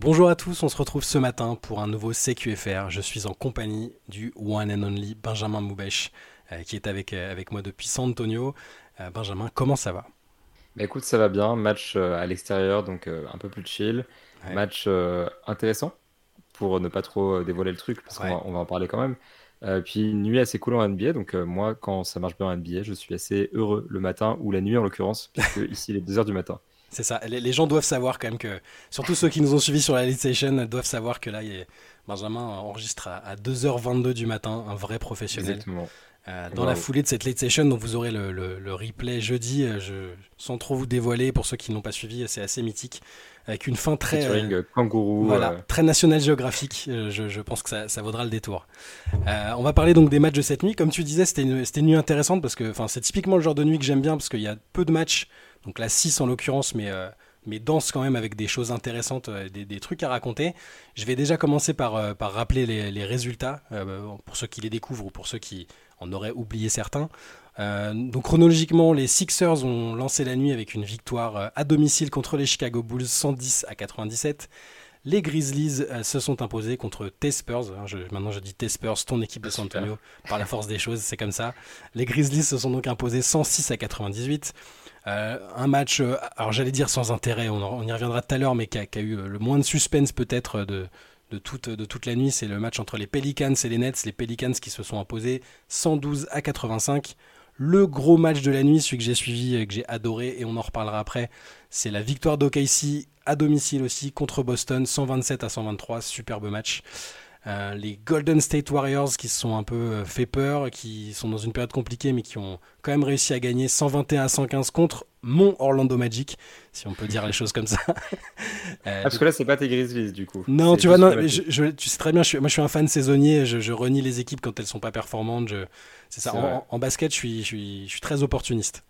Bonjour à tous, on se retrouve ce matin pour un nouveau CQFR. Je suis en compagnie du one and only Benjamin Moubèche, qui est avec moi depuis San Antonio. Benjamin, comment ça va? Bah écoute, ça va bien. Match à l'extérieur, donc un peu plus chill. Ouais, Match intéressant pour ne pas trop dévoiler le truc, parce qu'on ouais. va en parler quand même. Puis une nuit assez cool en NBA. Donc moi, quand ça marche bien en NBA, je suis assez heureux le matin ou la nuit en l'occurrence, puisque ici il est 2 heures du matin. C'est ça. Les gens doivent savoir quand même que, surtout ceux qui nous ont suivis sur la Lead Station, doivent savoir que là, Benjamin enregistre à 2h22 du matin, un vrai professionnel. Exactement. Dans la Waouh. foulée de cette late session, dont vous aurez le replay jeudi, sans trop vous dévoiler, pour ceux qui ne l'ont pas suivi, c'est assez mythique, avec une fin très, Featuring Kangourou. voilà, très National Geographic. Je pense que ça vaudra le détour. On va parler donc des matchs de cette nuit. Comme tu disais, c'était une nuit intéressante parce que c'est typiquement le genre de nuit que j'aime bien parce qu'il y a peu de matchs, donc la 6 en l'occurrence, mais dense quand même avec des choses intéressantes, des trucs à raconter. Je vais déjà commencer par rappeler les résultats pour ceux qui les découvrent ou pour ceux qui en auraient oublié certains. Donc chronologiquement, les Sixers ont lancé la nuit avec une victoire à domicile contre les Chicago Bulls 110-97. Les Grizzlies se sont imposés contre T-Spurs. Maintenant, je dis T-Spurs, ton équipe de Ah, San super. Antonio, par la force des choses, c'est comme ça. Les Grizzlies se sont donc imposés 106-98. Un match, alors j'allais dire sans intérêt, on y reviendra tout à l'heure, mais qui a eu le moins de suspense peut-être de toute la nuit. C'est le match entre les Pelicans et les Nets. Les Pelicans qui se sont imposés 112-85. Le gros match de la nuit, celui que j'ai suivi, que j'ai adoré, et on en reparlera après, c'est la victoire d'OKC à domicile aussi contre Boston, 127-123, superbe match. Les Golden State Warriors qui se sont un peu fait peur, qui sont dans une période compliquée mais qui ont quand même réussi à gagner 121-115 contre mon Orlando Magic, si on peut dire les choses comme ça. Ah, parce Donc que là, c'est pas tes Grizzlies du coup. non, C'est tu vois, juste non, mais Philadelphie. tu sais très bien, moi je suis un fan saisonnier, je renie les équipes quand elles sont pas performantes. C'est ça, C'est vrai. en basket, je suis très opportuniste.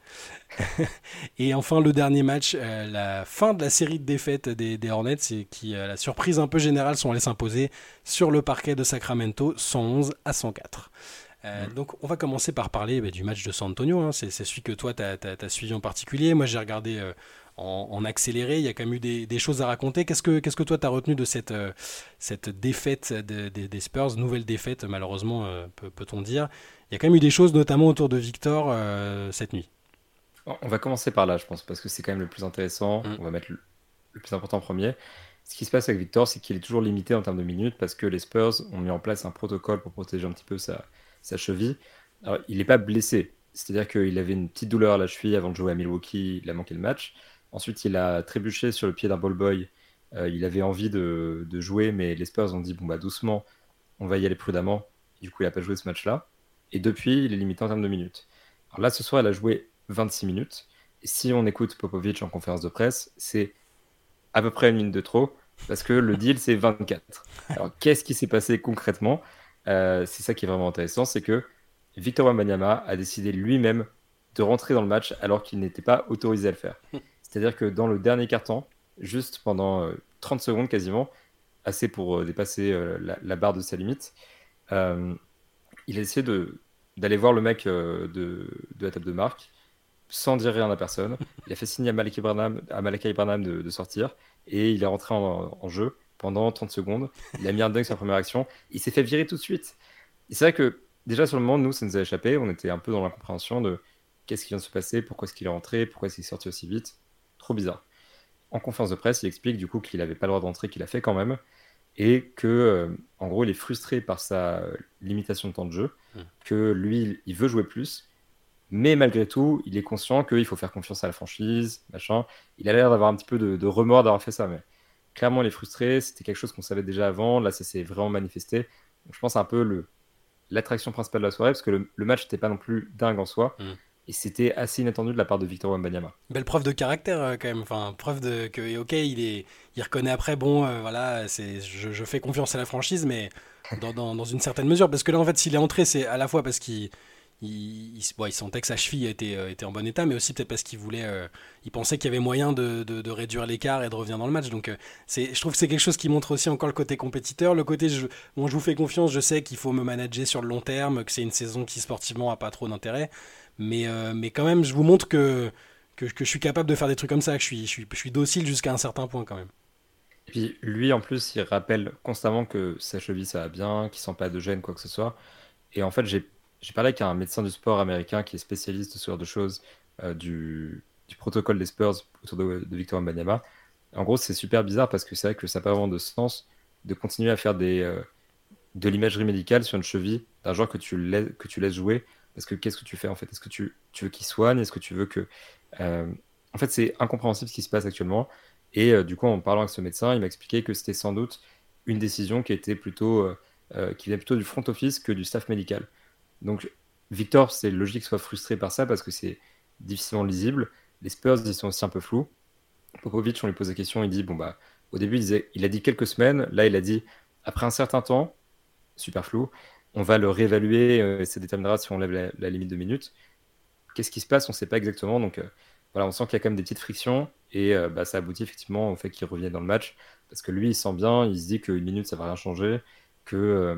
Et enfin, le dernier match, la fin de la série de défaites des Hornets, qui, à la surprise un peu générale, sont allés s'imposer sur le parquet de Sacramento 111-104. Mm. Donc, on va commencer par parler du match de San Antonio, hein. C'est celui que toi, tu as suivi en particulier. Moi, j'ai regardé en accéléré. Il y a quand même eu des choses à raconter. Qu'est-ce que toi, tu as retenu de cette défaite des Spurs, nouvelle défaite, malheureusement, peut-on dire. Il y a quand même eu des choses, notamment autour de Victor, cette nuit. On va commencer par là, je pense, parce que c'est quand même le plus intéressant. Mm. On va mettre le plus important en premier. Ce qui se passe avec Victor, c'est qu'il est toujours limité en termes de minutes parce que les Spurs ont mis en place un protocole pour protéger un petit peu sa cheville. Alors, il n'est pas blessé, c'est-à-dire qu'il avait une petite douleur à la cheville avant de jouer à Milwaukee, il a manqué le match. Ensuite, il a trébuché sur le pied d'un ball boy. Il avait envie de jouer, mais les Spurs ont dit bon, bah, doucement, on va y aller prudemment. Du coup, il n'a pas joué ce match-là. Et depuis, il est limité en termes de minutes. Alors là, ce soir, il a joué 26 minutes. Et si on écoute Popovic en conférence de presse, c'est à peu près une minute de trop, parce que le deal, c'est 24. Alors, qu'est-ce qui s'est passé concrètement? C'est ça qui est vraiment intéressant, c'est que Victor Wembanyama a décidé lui-même de rentrer dans le match alors qu'il n'était pas autorisé à le faire. C'est-à-dire que dans le dernier quart-temps, juste pendant 30 secondes quasiment, assez pour dépasser la barre de sa limite, euh, il a essayé d'aller voir le mec de la table de marque sans dire rien à personne. Il a fait signe à Malachi Branham de sortir et il est rentré en jeu pendant 30 secondes. Il a mis un dunk sur la première action. Il s'est fait virer tout de suite. Et c'est vrai que déjà sur le moment, nous, ça nous a échappé. On était un peu dans l'incompréhension de qu'est-ce qui vient de se passer, pourquoi est-ce qu'il est rentré, pourquoi est-ce qu'il est sorti aussi vite. Trop bizarre. En conférence de presse, il explique du coup qu'il n'avait pas le droit de rentrer, qu'il a fait quand même, et que, en gros, il est frustré par sa limitation de temps de jeu, Mm. que lui, il veut jouer plus, mais malgré tout, il est conscient qu'il faut faire confiance à la franchise, machin. Il a l'air d'avoir un petit peu de remords d'avoir fait ça, mais clairement, il est frustré. C'était quelque chose qu'on savait déjà avant. Là, ça s'est vraiment manifesté. Donc, je pense un peu l'attraction principale de la soirée, parce que le match n'était pas non plus dingue en soi, Mm. et c'était assez inattendu de la part de Victor Wembanyama. Belle preuve de caractère quand même, enfin preuve de que ok il reconnaît après bon voilà je fais confiance à la franchise mais dans une certaine mesure parce que là en fait s'il est entré c'est à la fois parce qu'il sentait que sa cheville était en bon état mais aussi peut-être parce qu'il voulait il pensait qu'il y avait moyen de réduire l'écart et de revenir dans le match donc je trouve que c'est quelque chose qui montre aussi encore le côté compétiteur le côté bon je vous fais confiance je sais qu'il faut me manager sur le long terme que c'est une saison qui sportivement a pas trop d'intérêt mais quand même je vous montre que je suis capable de faire des trucs comme ça, que je suis docile jusqu'à un certain point quand même. Et puis lui, en plus, il rappelle constamment que sa cheville, ça va bien, qu'il sent pas de gêne, quoi que ce soit. Et en fait, j'ai parlé avec un médecin du sport américain qui est spécialiste de ce genre de choses, du protocole des Spurs autour de Victor Wembanyama. En gros, c'est super bizarre parce que c'est vrai que ça n'a pas vraiment de sens de continuer à faire de l'imagerie médicale sur une cheville d'un joueur que tu laisses jouer. Parce que qu'est-ce que tu fais en fait? Est-ce que tu veux qu'il soigne? Est-ce que tu veux que... euh, En fait, c'est incompréhensible ce qui se passe actuellement. Et du coup, en parlant avec ce médecin, il m'a expliqué que c'était sans doute une décision qui venait plutôt du front office que du staff médical. Donc, Victor, c'est logique qu'il soit frustré par ça parce que c'est difficilement lisible. Les Spurs, ils sont aussi un peu flous. Popovic, on lui pose la question, il dit, bon bah, au début, il a dit quelques semaines, là, il a dit, après un certain temps, super flou, on va le réévaluer et ça déterminera si on lève la limite de minutes. Qu'est-ce qui se passe? On ne sait pas exactement, donc voilà, on sent qu'il y a quand même des petites frictions et bah, ça aboutit effectivement au fait qu'il revienne dans le match parce que lui, il sent bien, il se dit qu'une minute, ça va rien changer, que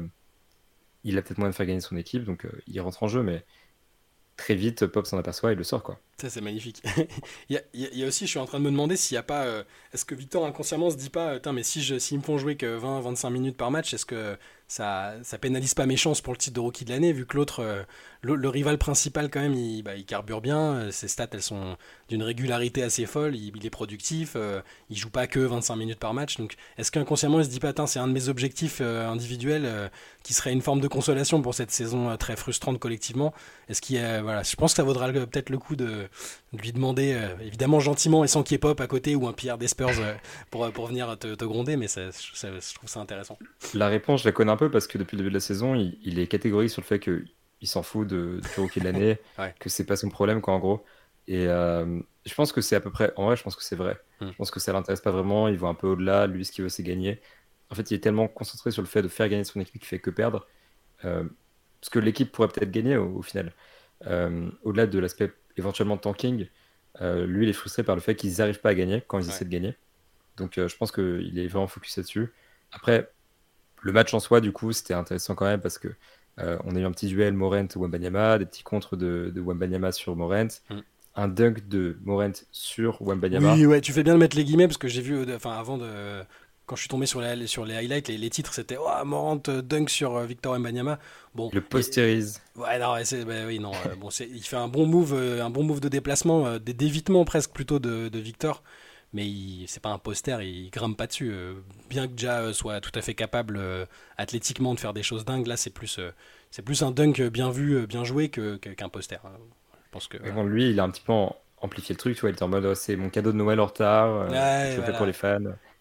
il a peut-être moyen de faire gagner son équipe, donc il rentre en jeu, mais très vite, Pop s'en aperçoit et il le sort, quoi. Ça, c'est magnifique. Il y a aussi, je suis en train de me demander s'il n'y a pas. Est-ce que Victor inconsciemment se dit pas, putain, mais s'ils me font jouer que 20-25 minutes par match, est-ce que ça pénalise pas mes chances pour le titre de rookie de l'année, vu que l'autre, le rival principal, quand même, il carbure bien, ses stats, elles sont d'une régularité assez folle, il est productif, il joue pas que 25 minutes par match. Donc, est-ce qu'inconsciemment, il se dit pas, c'est un de mes objectifs individuels qui serait une forme de consolation pour cette saison très frustrante collectivement? Est-ce qu'il y a, voilà, je pense que ça vaudra peut-être le coup de lui demander, évidemment gentiment et sans qu'il y ait Pop à côté ou un Pierre des Spurs pour venir te gronder, mais je trouve ça intéressant. La réponse, je la connais un peu parce que depuis le début de la saison, il est catégorique sur le fait qu'il s'en fout du rookie de l'année, Ouais. que c'est pas son problème, quoi, en gros. Et je pense que c'est à peu près. En vrai, je pense que c'est vrai. Hmm. Je pense que ça l'intéresse pas vraiment. Il voit un peu au-delà. Lui, ce qu'il veut, c'est gagner. En fait, il est tellement concentré sur le fait de faire gagner son équipe qu'il fait que perdre. Euh, Parce que l'équipe pourrait peut-être gagner au final. Au-delà de l'aspect éventuellement tanking, lui, il est frustré par le fait qu'ils n'arrivent pas à gagner quand ils Ouais. essaient de gagner. Donc, je pense qu'il est vraiment focus là-dessus. Après, le match en soi, du coup, c'était intéressant quand même parce que on a eu un petit duel Morent-Wembanyama, des petits contres de Wembanyama sur Morent, Hmm. un dunk de Morent sur Oui, Wembanyama. ouais, tu fais bien de mettre les guillemets parce que j'ai vu, enfin, avant de. Quand je suis tombé sur les highlights, les titres c'était oh, Morant dunk sur Victor Wembanyama. Bon, Le postérise. ouais, non, ouais, bah oui, non, bon, il fait un bon move de déplacement, d'évitement presque plutôt de Victor, mais c'est pas un poster, il grimpe pas dessus. Bien que Ja soit tout à fait capable athlétiquement de faire des choses dingues, là c'est plus un dunk bien vu, bien joué qu'un poster, hein. Je pense que Mais voilà. bon, lui, il a un petit peu amplifié le truc, tu vois. Il était en mode, oh, c'est mon cadeau de Noël en retard, Ouais, je le fais pour les voilà. fans.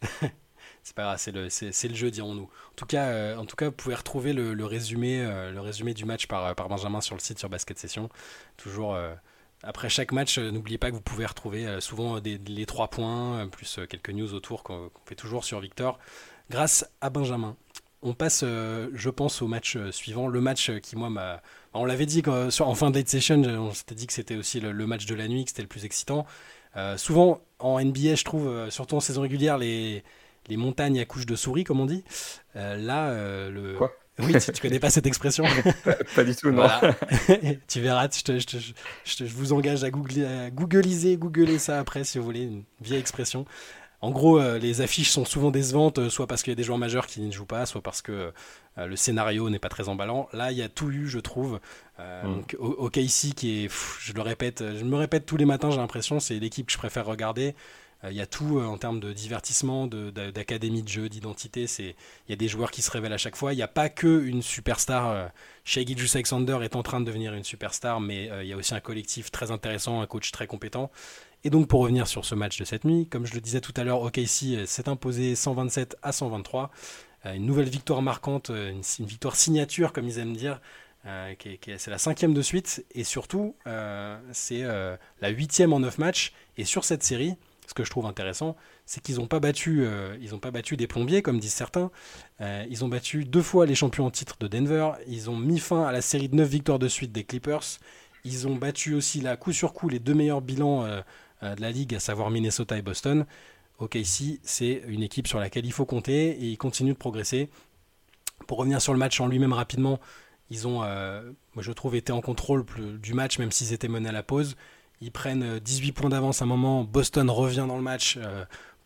C'est pas grave, c'est le jeu, dirons-nous. En tout cas, vous pouvez retrouver le résumé du match par Benjamin sur le site sur Basket Session. Toujours après chaque match, n'oubliez pas que vous pouvez retrouver souvent les 3 points, plus quelques news autour qu'on fait toujours sur Victor, grâce à Benjamin. On passe, je pense, au match suivant. Le match qui, moi, m'a. On l'avait dit en fin de late session, on s'était dit que c'était aussi le match de la nuit, que c'était le plus excitant. Souvent, en NBA, je trouve, surtout en saison régulière, les montagnes accouchent de souris, comme on dit. Là, Quoi? Oui, tu connais pas cette expression? Pas du tout, non. Voilà. Tu verras, je vous engage à googler ça après, si vous voulez, une vieille expression. En gros, les affiches sont souvent décevantes, soit parce qu'il y a des joueurs majeurs qui ne jouent pas, soit parce que le scénario n'est pas très emballant. Là, il y a tout eu, je trouve. Hmm. Donc, OKC, qui est, je me répète tous les matins, j'ai l'impression, c'est l'équipe que je préfère regarder. Il y a tout en termes de divertissement, d'académie de jeu, d'identité. Il y a des joueurs qui se révèlent à chaque fois. Il n'y a pas que une superstar. Shai Gilgeous-Alexander est en train de devenir une superstar, mais il y a aussi un collectif très intéressant, un coach très compétent. Et donc pour revenir sur ce match de cette nuit, comme je le disais tout à l'heure, OKC s'est imposé 127-123. Une nouvelle victoire marquante, une victoire signature comme ils aiment dire. C'est la 5e de suite et surtout c'est la 8e en 9 matchs. Et sur cette série, ce que je trouve intéressant, c'est qu'ils n'ont pas battu des plombiers comme disent certains. Ils ont battu 2 fois les champions en titre de Denver. Ils ont mis fin à la série de 9 victoires de suite des Clippers. Ils ont battu aussi là, coup sur coup, les 2 meilleurs bilans de la ligue, à savoir Minnesota et Boston. OKC, c'est une équipe sur laquelle il faut compter et ils continuent de progresser. Pour revenir sur le match en lui-même rapidement, ils ont, moi je trouve, été en contrôle du match, même s'ils étaient menés à la pause. Ils prennent 18 points d'avance à un moment. Boston revient dans le match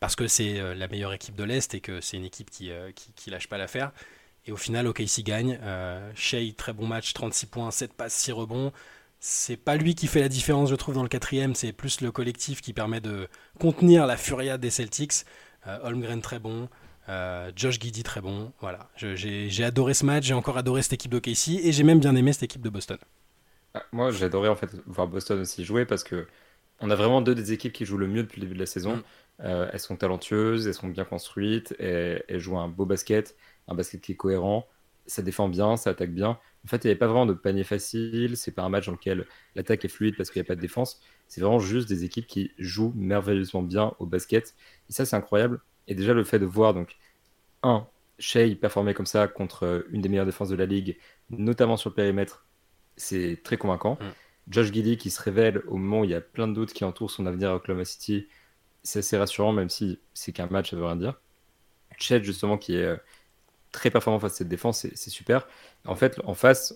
parce que c'est la meilleure équipe de l'Est et que c'est une équipe qui lâche pas l'affaire. Et au final, OKC gagne. Shai, très bon match, 36 points, 7 passes, 6 rebonds. C'est pas lui qui fait la différence, je trouve, dans le quatrième. C'est plus le collectif qui permet de contenir la furia des Celtics. Holmgren très bon. Josh Giddey très bon. Voilà. J'ai adoré ce match. J'ai encore adoré cette équipe d'OKC. Et j'ai même bien aimé cette équipe de Boston. Moi, j'ai adoré en fait voir Boston aussi jouer parce que on a vraiment deux des équipes qui jouent le mieux depuis le début de la saison. Mm. Elles sont talentueuses, elles sont bien construites, et elles jouent un beau basket, un basket qui est cohérent. Ça défend bien, ça attaque bien. En fait, il n'y avait pas vraiment de panier facile. C'est pas un match dans lequel l'attaque est fluide parce qu'il n'y a pas de défense. C'est vraiment juste des équipes qui jouent merveilleusement bien au basket. Et ça, c'est incroyable. Et déjà, le fait de voir donc un Shea performer comme ça contre une des meilleures défenses de la ligue, notamment sur le périmètre, c'est très convaincant. Mm. Josh Giddey qui se révèle au moment où il y a plein de doutes qui entourent son avenir à Oklahoma City, c'est assez rassurant, même si c'est qu'un match, ça veut rien dire. Chet, justement, qui est très performant face à cette défense, c'est super. En fait, en face,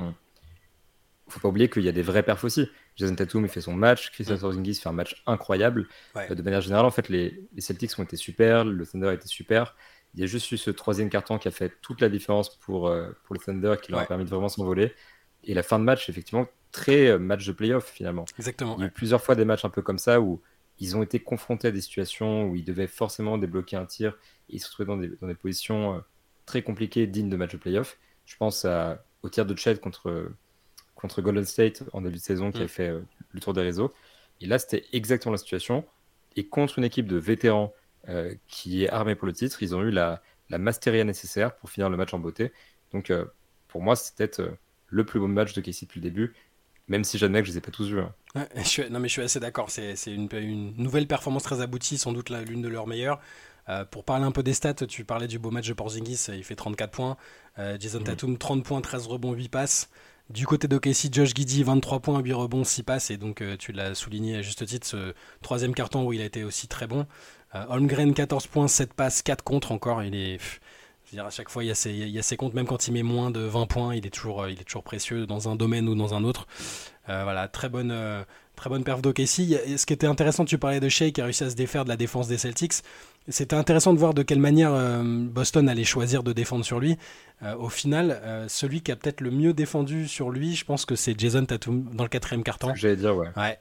faut pas oublier qu'il y a des vrais perfs aussi. Jason Tatum, il fait son match, Kristaps Porzingis fait un match incroyable. Ouais. De manière générale, en fait, les Celtics ont été super, le Thunder a été super. Il y a juste eu ce troisième carton qui a fait toute la différence pour le Thunder, qui leur a permis de vraiment s'envoler. Et la fin de match, effectivement, très match de playoff finalement. Exactement. Il y a eu plusieurs fois des matchs un peu comme ça où ils ont été confrontés à des situations où ils devaient forcément débloquer un tir et ils se retrouvaient dans des positions très compliquées, dignes de match de playoff. Je pense au tir de Chet contre Golden State en début de saison qui a fait le tour des réseaux. Et là, c'était exactement la situation. Et contre une équipe de vétérans qui est armée pour le titre, ils ont eu la masteria nécessaire pour finir le match en beauté. Donc, pour moi, c'était peut-être le plus beau match de KC depuis le début, même si j'admets que je ne les ai pas tous vus. Hein. Ouais, je suis assez d'accord. C'est une nouvelle performance très aboutie, sans doute l'une de leurs meilleures. Pour parler un peu des stats, tu parlais du beau match de Porzingis, il fait 34 points. Jason Tatum, 30 points, 13 rebonds, 8 passes. Du côté d'OKC, Josh Giddey, 23 points, 8 rebonds, 6 passes. Et donc, tu l'as souligné à juste titre, ce troisième carton où il a été aussi très bon. Holmgren, 14 points, 7 passes, 4 contre encore. Je veux dire, à chaque fois, il y a ses comptes, même quand il met moins de 20 points, il est toujours précieux dans un domaine ou dans un autre. Voilà, très bonne perf d'OKC. Ce qui était intéressant, tu parlais de Shea qui a réussi à se défaire de la défense des Celtics. C'était intéressant de voir de quelle manière Boston allait choisir de défendre sur lui. Au final, celui qui a peut-être le mieux défendu sur lui, je pense que c'est Jason Tatum dans le quatrième quart-temps. C'est ce que j'allais dire, ouais. Ouais,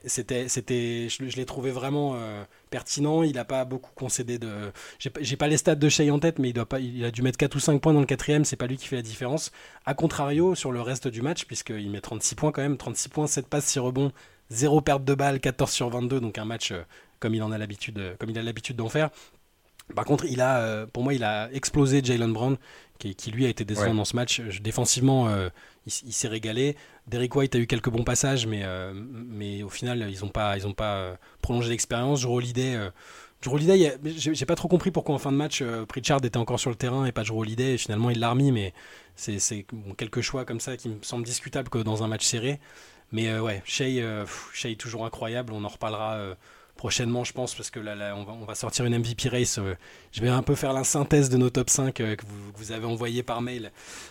je l'ai trouvé vraiment pertinent. Il n'a pas beaucoup concédé de. J'ai pas les stats de Shea en tête, mais il a dû mettre 4 ou 5 points dans le quatrième. C'est pas lui qui fait la différence. A contrario, sur le reste du match, puisqu'il met 36 points quand même, 36 points, 7 passes, 6 rebonds, 0 perte de balle, 14 sur 22, donc un match comme il a l'habitude d'en faire. Par contre, pour moi, il a explosé Jaylen Brown, qui lui a été décevant dans ce match. Défensivement, il s'est régalé. Derrick White a eu quelques bons passages, mais au final, ils n'ont pas prolongé l'expérience. Drew Holiday, j'ai pas trop compris pourquoi en fin de match, Pritchard était encore sur le terrain et pas Drew Holiday. Et finalement, il l'a remis, mais c'est quelques choix comme ça qui me semblent discutables que dans un match serré. Mais Shea toujours incroyable. On en reparlera prochainement, je pense, parce que là on va sortir une MVP race. Je vais un peu faire la synthèse de nos top 5 que vous avez envoyé par mail.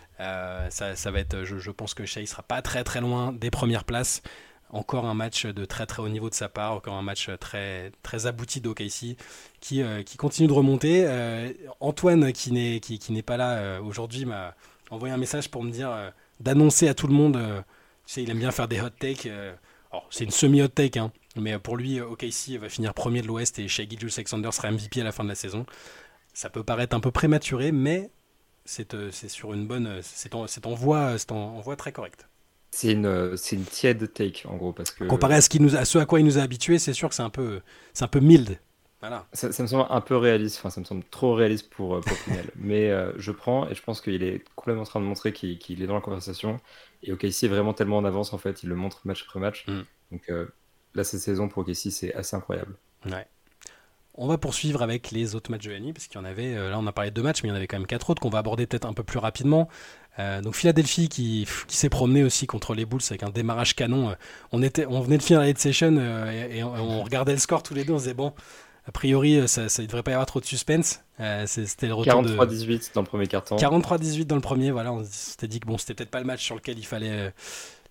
Ça va être, je pense que Shea sera pas très très loin des premières places. Encore un match de très très haut niveau de sa part, encore un match très très abouti d'OKC qui continue de remonter. Antoine qui n'est pas là aujourd'hui m'a envoyé un message pour me dire d'annoncer à tout le monde. Tu sais, il aime bien faire des hot takes. Alors, c'est une semi-hot take, hein, mais pour lui, OKC va finir premier de l'Ouest et Shai Gilgeous-Alexander sera MVP à la fin de la saison. Ça peut paraître un peu prématuré, mais c'est sur une bonne, c'est en voie très correcte. C'est une tiède take en gros parce que comparé à ce à quoi il nous a habitués, c'est sûr que c'est un peu mild. Voilà. Ça me semble un peu réaliste, enfin ça me semble trop réaliste pour Pinel. Mais je prends et je pense qu'il est complètement en train de montrer qu'il est dans la conversation. Et OKC est vraiment tellement en avance en fait, il le montre match après match. Donc là cette saison pour OKC c'est assez incroyable. Ouais. On va poursuivre avec les autres matchs de la nuit, parce qu'il y en avait, là on a parlé de 2 matchs, mais il y en avait quand même 4 autres qu'on va aborder peut-être un peu plus rapidement. Donc Philadelphie qui s'est promené aussi contre les Bulls avec un démarrage canon. On venait de finir la head session et on regardait le score tous les deux, on se disait bon, a priori ça ne devrait pas y avoir trop de suspense. C'était le retour 43-18 dans le premier quart-temps. 43-18 dans le premier, voilà, on s'était dit que bon, c'était peut-être pas le match sur lequel il fallait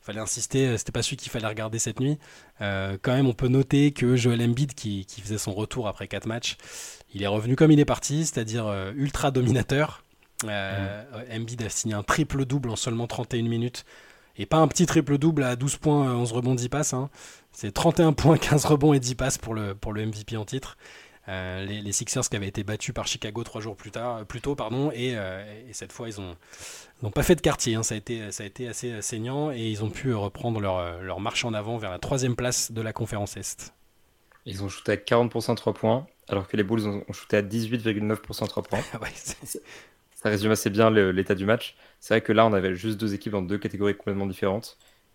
fallait insister, c'était pas celui qu'il fallait regarder cette nuit. Quand même, on peut noter que Joel Embiid, qui faisait son retour après 4 matchs, il est revenu comme il est parti, c'est-à-dire ultra dominateur. Embiid a signé un triple-double en seulement 31 minutes. Et pas un petit triple-double à 12 points, 11 rebonds, 10 passes. Hein. C'est 31 points, 15 rebonds et 10 passes pour le MVP en titre. Les Sixers qui avaient été battus par Chicago 3 jours plus tôt, et cette fois ils n'ont pas fait de quartier, hein. Ça a été assez saignant et ils ont pu reprendre leur marche en avant vers la 3e place de la conférence Est. Ils ont shooté à 40% 3 points, alors que les Bulls ont shooté à 18,9% 3 points. Ouais, ça résume assez bien l'état du match. C'est vrai que là, on avait juste 2 équipes dans 2 catégories complètement différentes.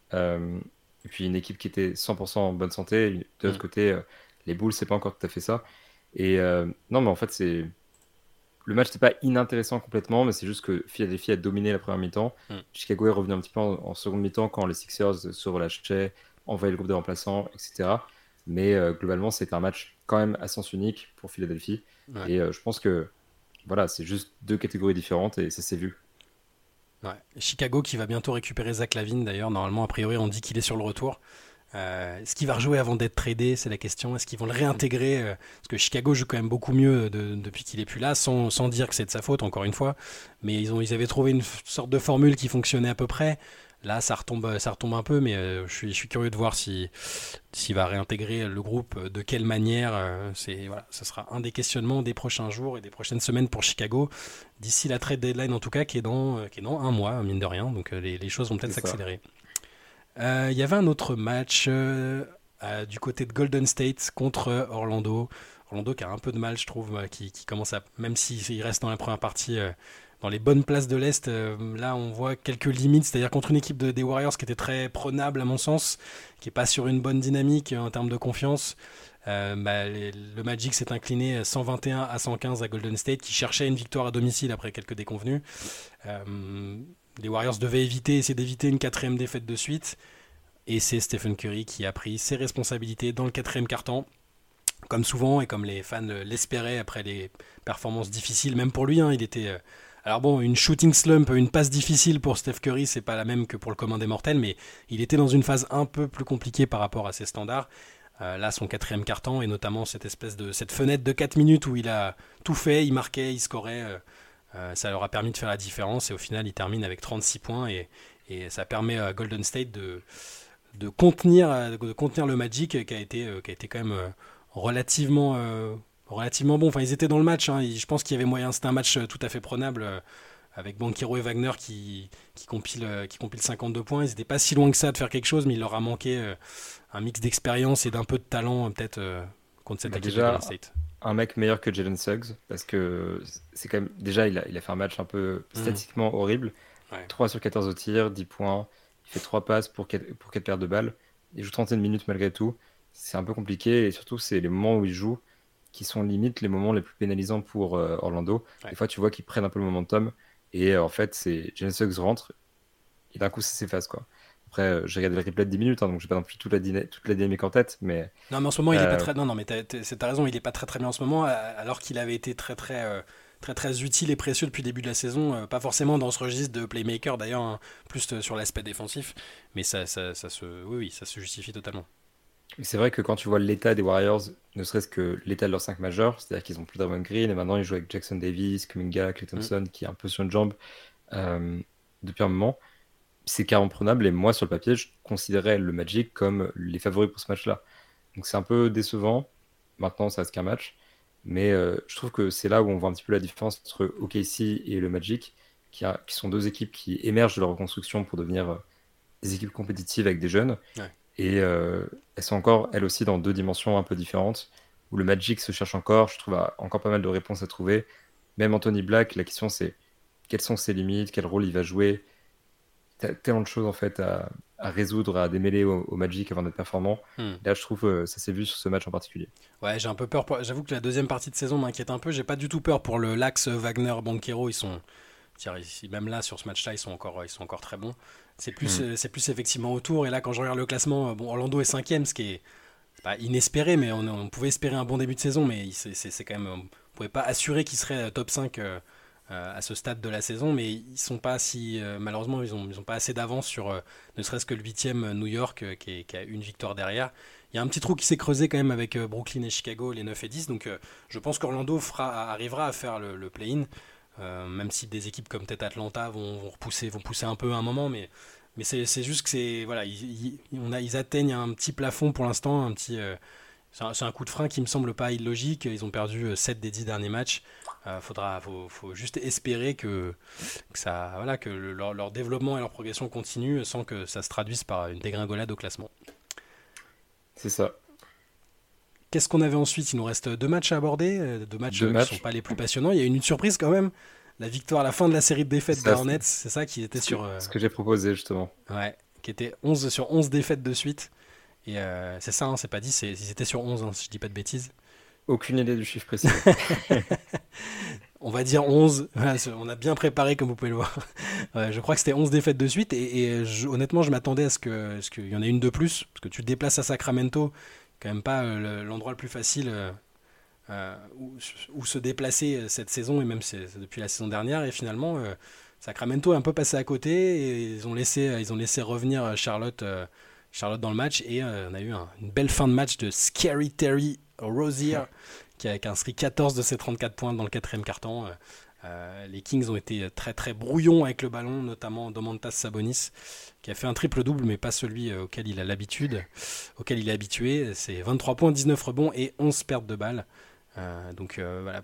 Et puis une équipe qui était 100% en bonne santé. De l'autre côté, les Bulls, c'est pas encore tout à fait ça. Et non, mais en fait, le match n'était pas inintéressant complètement, mais c'est juste que Philadelphie a dominé la première mi-temps. Chicago est revenu un petit peu en seconde mi-temps quand les Sixers se relâchaient, envoyaient le groupe de remplaçants, etc. Mais globalement, c'était un match quand même à sens unique pour Philadelphie. Ouais. Et je pense que voilà, c'est juste 2 catégories différentes et ça s'est vu. Ouais. Chicago qui va bientôt récupérer Zach LaVine d'ailleurs. Normalement, a priori, on dit qu'il est sur le retour. Est-ce qu'il va rejouer avant d'être tradé? C'est la question. Est-ce qu'ils vont le réintégrer? Parce que Chicago joue quand même beaucoup mieux depuis qu'il est plus là, sans dire que c'est de sa faute, encore une fois. Mais ils avaient trouvé une sorte de formule qui fonctionnait à peu près. Là, ça retombe un peu, mais je suis curieux de voir s'il va réintégrer le groupe, de quelle manière. Ça sera un des questionnements des prochains jours et des prochaines semaines pour Chicago, d'ici la trade deadline en tout cas, qui est dans un mois, mine de rien. Donc les choses vont peut-être s'accélérer. Il y avait un autre match du côté de Golden State contre Orlando. Orlando qui a un peu de mal, je trouve, qui commence à, même s'il reste dans la première partie, dans les bonnes places de l'Est, là on voit quelques limites, c'est-à-dire contre une équipe des Warriors qui était très prenable à mon sens, qui n'est pas sur une bonne dynamique en termes de confiance. Le Magic s'est incliné 121 à 115 à Golden State, qui cherchait une victoire à domicile après quelques déconvenues. Les Warriors devaient essayer d'éviter une 4e défaite de suite, et c'est Stephen Curry qui a pris ses responsabilités dans le 4e quart-temps, comme souvent et comme les fans l'espéraient après les performances difficiles, même pour lui, hein, il était... Alors bon, une shooting slump, une passe difficile pour Steph Curry, c'est pas la même que pour le commun des mortels, mais il était dans une phase un peu plus compliquée par rapport à ses standards. Là, son 4e quart-temps, et notamment cette fenêtre de 4 minutes où il a tout fait, il marquait, il scorait... ça leur a permis de faire la différence et au final il termine avec 36 points et ça permet à Golden State de contenir le Magic qui a été quand même relativement bon. Enfin, ils étaient dans le match, hein. Je pense qu'il y avait moyen, c'était un match tout à fait prenable avec Banchero et Wagner qui compilent 52 points. Ils n'étaient pas si loin que ça de faire quelque chose, mais il leur a manqué un mix d'expérience et d'un peu de talent peut-être contre cette équipe de Golden State. Un mec meilleur que Jalen Suggs, parce que c'est quand même, déjà il a fait un match un peu statistiquement horrible. 3 sur 14 au tir, 10 points, il fait 3 passes pour 4 paires de balles, il joue 31 minutes malgré tout. C'est un peu compliqué et surtout c'est les moments où il joue qui sont limite les moments les plus pénalisants pour Orlando. Des fois tu vois qu'ils prennent un peu le momentum et en fait c'est Jalen Suggs rentre et d'un coup ça s'efface quoi. Après, j'ai regardé le replay de 10 minutes, hein, donc j'ai pas non plus toute la dynamique en tête. Mais... Non, mais en ce moment, il est pas très. Non, mais t'as raison, il est pas très très bien en ce moment, alors qu'il avait été très très utile et précieux depuis le début de la saison. Pas forcément dans ce registre de playmaker d'ailleurs, hein, plus sur l'aspect défensif. Mais ça se justifie totalement. C'est vrai que quand tu vois l'état des Warriors, ne serait-ce que l'état de leurs 5 majeurs, c'est-à-dire qu'ils ont plus Draymond Green et maintenant ils jouent avec Jackson Davis, Kuminga, Klay Thompson, qui est un peu sur une jambe depuis un moment. C'est carrément prenable et moi sur le papier je considérais le Magic comme les favoris pour ce match-là, donc c'est un peu décevant. Maintenant ça reste qu'un match, mais je trouve que c'est là où on voit un petit peu la différence entre OKC et le Magic, qui sont 2 équipes qui émergent de leur reconstruction pour devenir des équipes compétitives avec des jeunes. Et elles sont encore elles aussi dans 2 dimensions un peu différentes, où le Magic se cherche encore, je trouve, a encore pas mal de réponses à trouver. Même Anthony Black, la question c'est quelles sont ses limites, quel rôle il va jouer. T'as tellement de choses en fait à résoudre, à démêler au Magic avant d'être performant. Là, je trouve ça s'est vu sur ce match en particulier. Ouais, j'ai un peu peur. J'avoue que la deuxième partie de saison m'inquiète un peu. J'ai pas du tout peur pour l'axe Wagner-Banchero. Même là sur ce match-là, ils sont encore très bons. C'est plus effectivement autour. Et là, quand je regarde le classement, Orlando est 5e, ce qui est pas inespéré, mais on pouvait espérer un bon début de saison. Mais c'est quand même, on pouvait pas assurer qu'il serait top 5 à ce stade de la saison, mais ils sont pas si malheureusement ils ont pas assez d'avance sur ne serait-ce que le huitième New York qui a une victoire derrière. Il y a un petit trou qui s'est creusé quand même avec Brooklyn et Chicago, les 9 et 10, donc je pense qu'Orlando arrivera à faire le play-in, même si des équipes comme peut-être Atlanta vont pousser un peu à un moment, mais c'est juste que voilà, ils atteignent un petit plafond pour l'instant, c'est un coup de frein qui me semble pas illogique. Ils ont perdu 7 des 10 derniers matchs. Faut juste espérer que leur développement et leur progression continuent sans que ça se traduise par une dégringolade au classement. C'est ça. Qu'est-ce qu'on avait ensuite? Il nous reste 2 matchs à aborder, 2 matchs qui ne sont pas les plus passionnants. Il y a une surprise quand même. La victoire à la fin de la série de défaites des Hornets, c'est ça qui était sur. Ce que j'ai proposé justement. Ouais, qui était 11 sur 11 défaites de suite. Et c'est ça, hein, c'est pas 10, ils étaient sur 11, hein, si je dis pas de bêtises. Aucune idée du chiffre précis. On va dire 11. Voilà, on a bien préparé, comme vous pouvez le voir. Je crois que c'était 11 défaites de suite. Et honnêtement, je m'attendais à ce qu'il y en ait une de plus. Parce que tu te déplaces à Sacramento, quand même pas l'endroit le plus facile où se déplacer cette saison. Et même c'est depuis la saison dernière. Et finalement, Sacramento est un peu passé à côté. Et ils ont laissé revenir Charlotte dans le match. Et on a eu une belle fin de match de Scary Terry Rozier qui a inscrit 14 de ses 34 points dans le quatrième quart-temps. Les Kings ont été très très brouillons avec le ballon, notamment Domantas Sabonis qui a fait un triple-double mais pas celui auquel il est habitué. C'est 23 points, 19 rebonds et 11 pertes de balles. Donc voilà,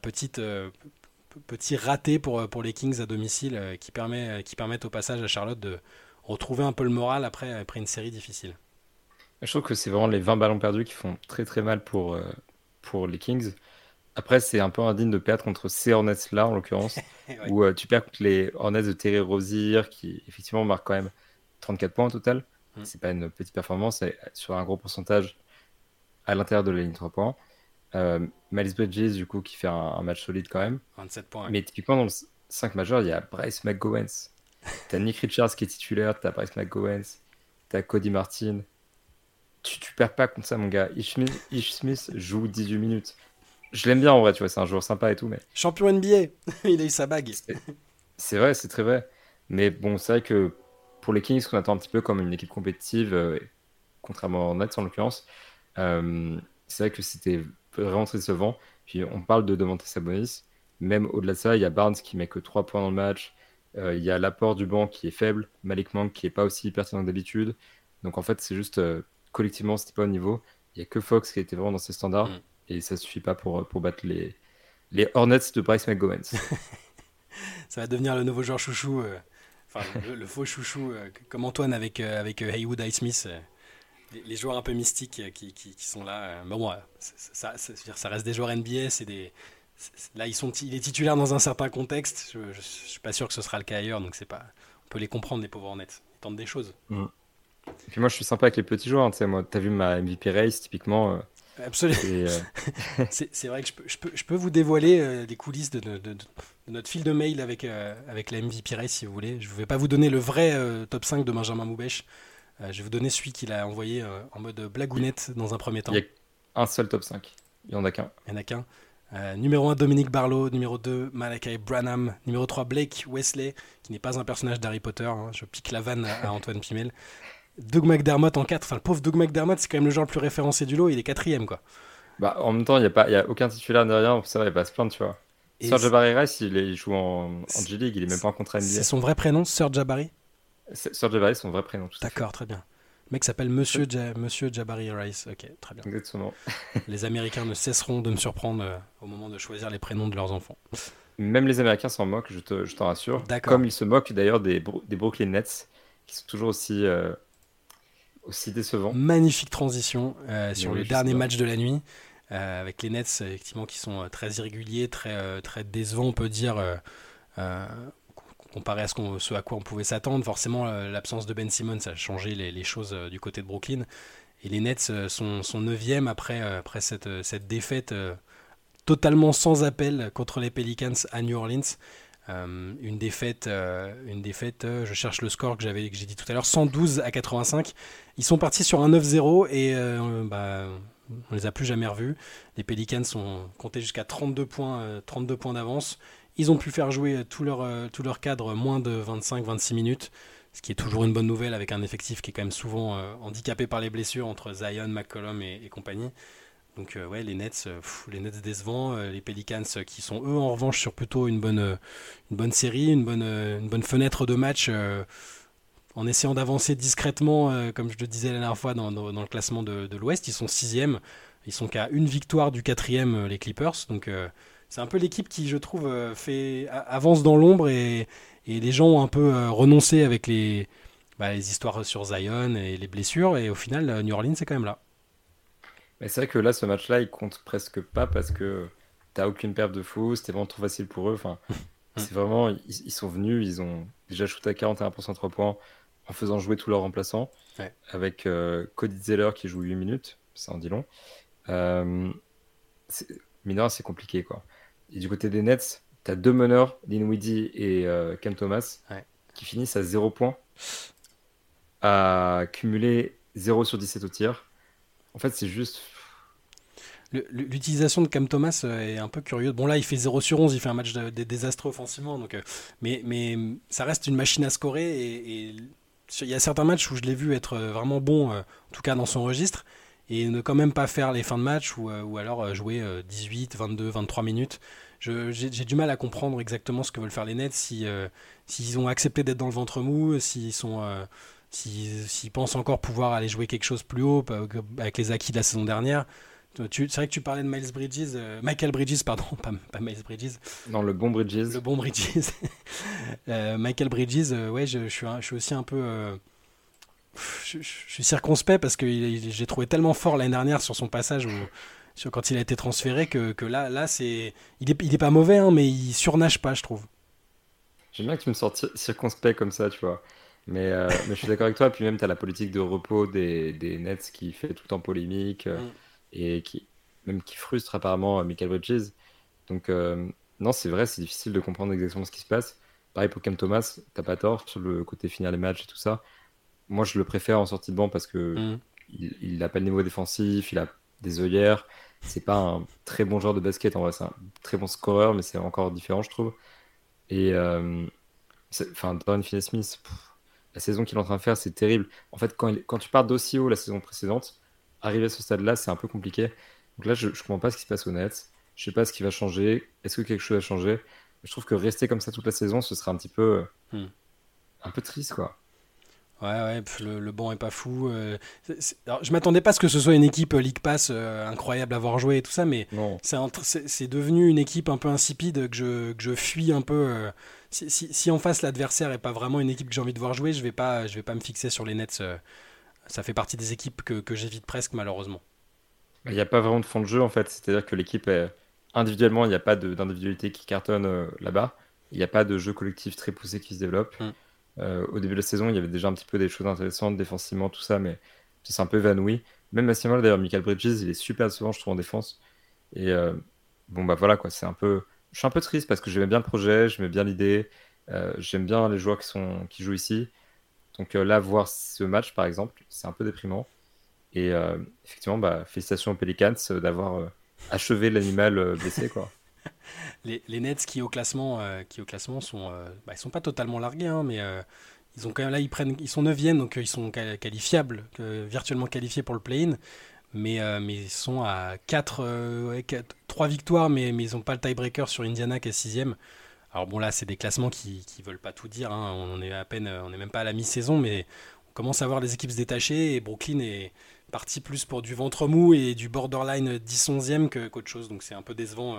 petit raté pour les Kings à domicile qui permettent au passage à Charlotte de retrouver un peu le moral après une série difficile. Je trouve que c'est vraiment les 20 ballons perdus qui font très très mal pour les Kings. Après, c'est un peu indigne de perdre contre ces Hornets-là, en l'occurrence, Ouais. où tu perds contre les Hornets de Terry Rozier, qui effectivement marquent quand même 34 points au total. C'est pas une petite performance, c'est sur un gros pourcentage à l'intérieur de la ligne 3 points. Miles Bridges, du coup, qui fait un match solide quand même. 27 points. Ouais. Mais typiquement, dans le 5 majeur, il y a Bryce McGowens. T'as Nick Richards qui est titulaire, t'as Bryce McGowens, t'as Cody Martin. Tu perds pas contre ça, mon gars. Ish Smith joue 18 minutes. Je l'aime bien en vrai, tu vois, c'est un joueur sympa et tout, mais Champion NBA, il a eu sa bague. c'est vrai, c'est très vrai. Mais bon, c'est vrai que pour les Kings, qu'on attend un petit peu comme une équipe compétitive, contrairement aux Nets en l'occurrence, c'est vrai que c'était vraiment très décevant. Puis on parle de Domantas Sabonis. Même au-delà de ça, il y a Barnes qui met que 3 points dans le match. Il y a l'apport du banc qui est faible. Malik Monk qui est pas aussi pertinent que d'habitude. Donc en fait, c'est juste collectivement, c'était pas au niveau. Il y a que Fox qui était vraiment dans ses standards. Et ça suffit pas pour battre les Hornets de Bryce McGowens. Ça va devenir le nouveau joueur chouchou, le faux chouchou, comme Antoine avec Haywood Highsmith, les joueurs un peu mystiques qui sont là. Mais bon, ça reste des joueurs NBA, là il est titulaire dans un certain contexte. Je suis pas sûr que ce sera le cas ailleurs, donc c'est pas. On peut les comprendre, les pauvres Hornets. Ils tentent des choses. Et puis moi, je suis sympa avec les petits joueurs. Tu sais, moi, t'as vu ma MVP race typiquement. Absolument. C'est vrai que je peux vous dévoiler les coulisses de notre fil de mail avec la MVP race si vous voulez. Je ne vais pas vous donner le vrai top 5 de Benjamin Moubèche. Je vais vous donner celui qu'il a envoyé en mode blagounette dans un premier temps. Il y a un seul top 5. Il n'y en a qu'un. Il n'y en a qu'un. Numéro 1, Dominique Barlow. Numéro 2, Malachi Branham. Numéro 3, Blake Wesley, qui n'est pas un personnage d'Harry Potter. Hein. Je pique la vanne à Antoine Pimel. Doug McDermott en 4. Enfin, le pauvre Doug McDermott, c'est quand même le joueur le plus référencé du lot. Il est 4ème, quoi. Bah, en même temps, il n'y a aucun titulaire ni rien. Ça va, il va se plaindre, tu vois. Serge Jabari Rice, il joue en G-League. Il est même pas en contrat NBA. C'est son vrai prénom, Serge Jabari? Serge Jabari, c'est son vrai prénom. D'accord, très bien. Le mec s'appelle Monsieur Jabari Rice. Ok, très bien. Exactement. Les Américains ne cesseront de me surprendre au moment de choisir les prénoms de leurs enfants. Même les Américains s'en moquent, je t'en rassure. D'accord. Comme ils se moquent d'ailleurs des Brooklyn Nets, qui sont toujours aussi décevants. Magnifique transition sur le dernier match de la nuit, avec les Nets effectivement qui sont très irréguliers, très décevants, on peut dire, comparé à ce à quoi on pouvait s'attendre. Forcément, l'absence de Ben Simmons a changé les choses du côté de Brooklyn. Et les Nets sont 9e après cette défaite totalement sans appel contre les Pelicans à New Orleans. Une défaite, je cherche le score que j'ai dit tout à l'heure, 112-85. Ils sont partis sur un 9-0 et on les a plus jamais revus. Les Pelicans ont compté jusqu'à 32 points d'avance. Ils ont pu faire jouer tout leur cadre moins de 25-26 minutes, ce qui est toujours une bonne nouvelle avec un effectif qui est quand même souvent handicapé par les blessures entre Zion, McCollum et compagnie. Donc ouais, les Nets décevants, les Pelicans qui sont eux en revanche sur plutôt une bonne série, une bonne fenêtre de match en essayant d'avancer discrètement, comme je le disais la dernière fois dans le classement de l'Ouest. Ils sont sixième, ils sont qu'à une victoire du quatrième, les Clippers. Donc c'est un peu l'équipe qui, je trouve, avance dans l'ombre et les gens ont un peu renoncé avec les histoires sur Zion et les blessures. Et au final, New Orleans c'est quand même là. Mais c'est vrai que là, ce match-là, il compte presque pas parce que t'as aucune perte de fou, c'était vraiment trop facile pour eux. Enfin, c'est vraiment, ils sont venus, ils ont déjà shooté à 41% 3 points en faisant jouer tous leurs remplaçants, Ouais. avec Cody Zeller qui joue 8 minutes, ça en dit long. Euh, c'est- Mineur, c'est compliqué, quoi. Et du côté des Nets, t'as deux meneurs, Dinwiddie et Cam Thomas, Ouais. qui finissent à 0 points, à cumuler 0 sur 17 au tir. En fait, c'est juste. L'utilisation de Cam Thomas est un peu curieuse. Bon là, il fait 0 sur 11, il fait un match désastreux offensivement, donc, mais ça reste une machine à scorer et il y a certains matchs où je l'ai vu être vraiment bon, en tout cas dans son registre, et ne quand même pas faire les fins de match ou alors jouer 18, 22, 23 minutes. J'ai du mal à comprendre exactement ce que veulent faire les Nets, s'ils ont accepté d'être dans le ventre mou, s'ils pensent encore pouvoir aller jouer quelque chose plus haut avec les acquis de la saison dernière. C'est vrai que tu parlais de Michael Bridges, pardon, pas Miles Bridges, Dans le bon le Bridges. bon Bridges. Michael Bridges, ouais, je suis aussi un peu. Je suis circonspect parce que j'ai trouvé tellement fort l'année dernière sur son passage quand il a été transféré que là il est pas mauvais, hein, mais il surnage pas, je trouve. J'aime bien que tu me sortes circonspect comme ça, tu vois. Mais je suis d'accord avec toi. Puis même, tu as la politique de repos des Nets qui fait tout le temps polémique Mm. et même qui frustre apparemment Michael Bridges. Donc, non, c'est vrai, c'est difficile de comprendre exactement ce qui se passe. Pareil pour Cam Thomas, t'as pas tort sur le côté finir les matchs et tout ça. Moi, je le préfère en sortie de banc parce que Mm. il n'a pas le niveau défensif, il a des œillères. C'est pas un très bon joueur de basket, en vrai, c'est un très bon scoreur, mais c'est encore différent, je trouve. Et enfin, Dorian Finney-Smith, la saison qu'il est en train de faire, c'est terrible. En fait, quand tu pars d'aussi haut la saison précédente, arriver à ce stade-là, c'est un peu compliqué. Donc là, je ne comprends pas ce qui se passe au Nets. Je sais pas ce qui va changer. Est-ce que quelque chose va changer? Je trouve que rester comme ça toute la saison, ce sera Mm. un peu triste, quoi. Ouais, ouais, le banc est pas fou. Alors, je m'attendais pas à ce que ce soit une équipe League Pass incroyable à voir jouer et tout ça, mais Non. c'est devenu une équipe un peu insipide que je fuis un peu. Si en face l'adversaire est pas vraiment une équipe que j'ai envie de voir jouer, je vais pas me fixer sur les Nets. Ça fait partie des équipes que j'évite presque malheureusement. Il n'y a pas vraiment de fond de jeu, en fait. C'est-à-dire que individuellement, il n'y a pas d'individualité qui cartonne là-bas. Il n'y a pas de jeu collectif très poussé qui se développe. Mm. Au début de la saison, il y avait déjà un petit peu des choses intéressantes défensivement, tout ça, mais ça s'est un peu évanoui. Même à ce moment-là, d'ailleurs, Michael Bridges, il est super souvent, je trouve, en défense. Et bon, bah voilà, quoi, je suis un peu triste parce que j'aimais bien le projet, j'aimais bien l'idée, j'aime bien les joueurs qui jouent ici. Donc là, voir ce match, par exemple, c'est un peu déprimant. Et effectivement, bah, félicitations aux Pelicans d'avoir achevé l'animal blessé, quoi. Les Nets qui au classement ils sont pas totalement largués, hein, mais ils ont quand même là ils sont neuvième, donc ils sont qualifiables, virtuellement qualifiés pour le play-in. Mais ils sont à 3 victoires, mais ils n'ont pas le tiebreaker sur Indiana qui est sixième. Alors bon là c'est des classements qui veulent pas tout dire, hein. On est à peine, on n'est même pas à la mi-saison, mais on commence à voir les équipes se détacher et Brooklyn est parti plus pour du ventre mou et du borderline 10-11e qu'autre chose, donc c'est un peu décevant.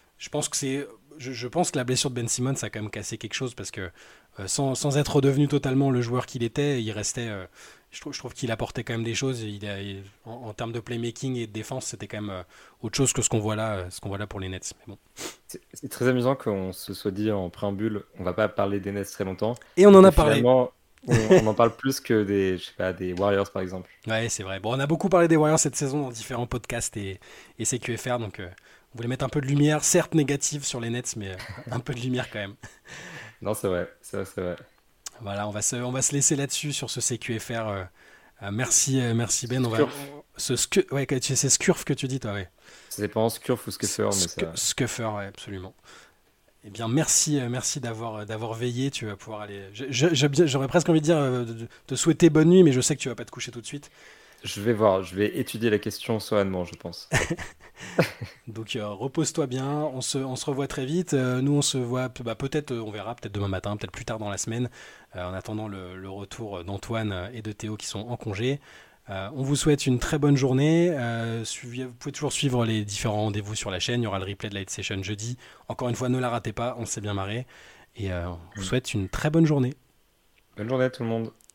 Je pense que la blessure de Ben Simmons a quand même cassé quelque chose parce que sans être redevenu totalement le joueur qu'il était, il restait. Je trouve qu'il apportait quand même des choses. En termes de playmaking et de défense, c'était quand même autre chose que ce qu'on voit là pour les Nets. Mais bon. C'est très amusant qu'on se soit dit en préambule, on va pas parler des Nets très longtemps, Et on et en que a parlé. finalement, on en parle plus que je sais pas, des Warriors, par exemple. Ouais, c'est vrai. Bon, on a beaucoup parlé des Warriors cette saison dans différents podcasts et CQFR, donc on voulait mettre un peu de lumière, certes négative sur les Nets, mais un peu de lumière quand même. Non, c'est vrai, c'est vrai, c'est vrai. Voilà, on va se laisser là-dessus sur ce CQFR. Merci Ben. Scurf, Ouais, c'est Scurf que tu dis, toi, ouais. ça dépend Scurf ou Scuffer, mais ça. Scuffer, ouais, absolument. Eh bien, merci d'avoir veillé. Tu vas pouvoir aller. J'aurais presque envie de dire de te souhaiter bonne nuit, mais je sais que tu vas pas te coucher tout de suite. Je vais voir, je vais étudier la question sereinement, je pense. Donc repose-toi bien. On se revoit très vite. Nous, on se voit peut-être, on verra, peut-être demain matin, peut-être plus tard dans la semaine. En attendant le retour d'Antoine et de Théo qui sont en congé. On vous souhaite une très bonne journée. Vous pouvez toujours suivre les différents rendez-vous sur la chaîne. Il y aura le replay de Light Session jeudi. Encore une fois, ne la ratez pas. On s'est bien marré. Et on vous souhaite une très bonne journée. Bonne journée à tout le monde.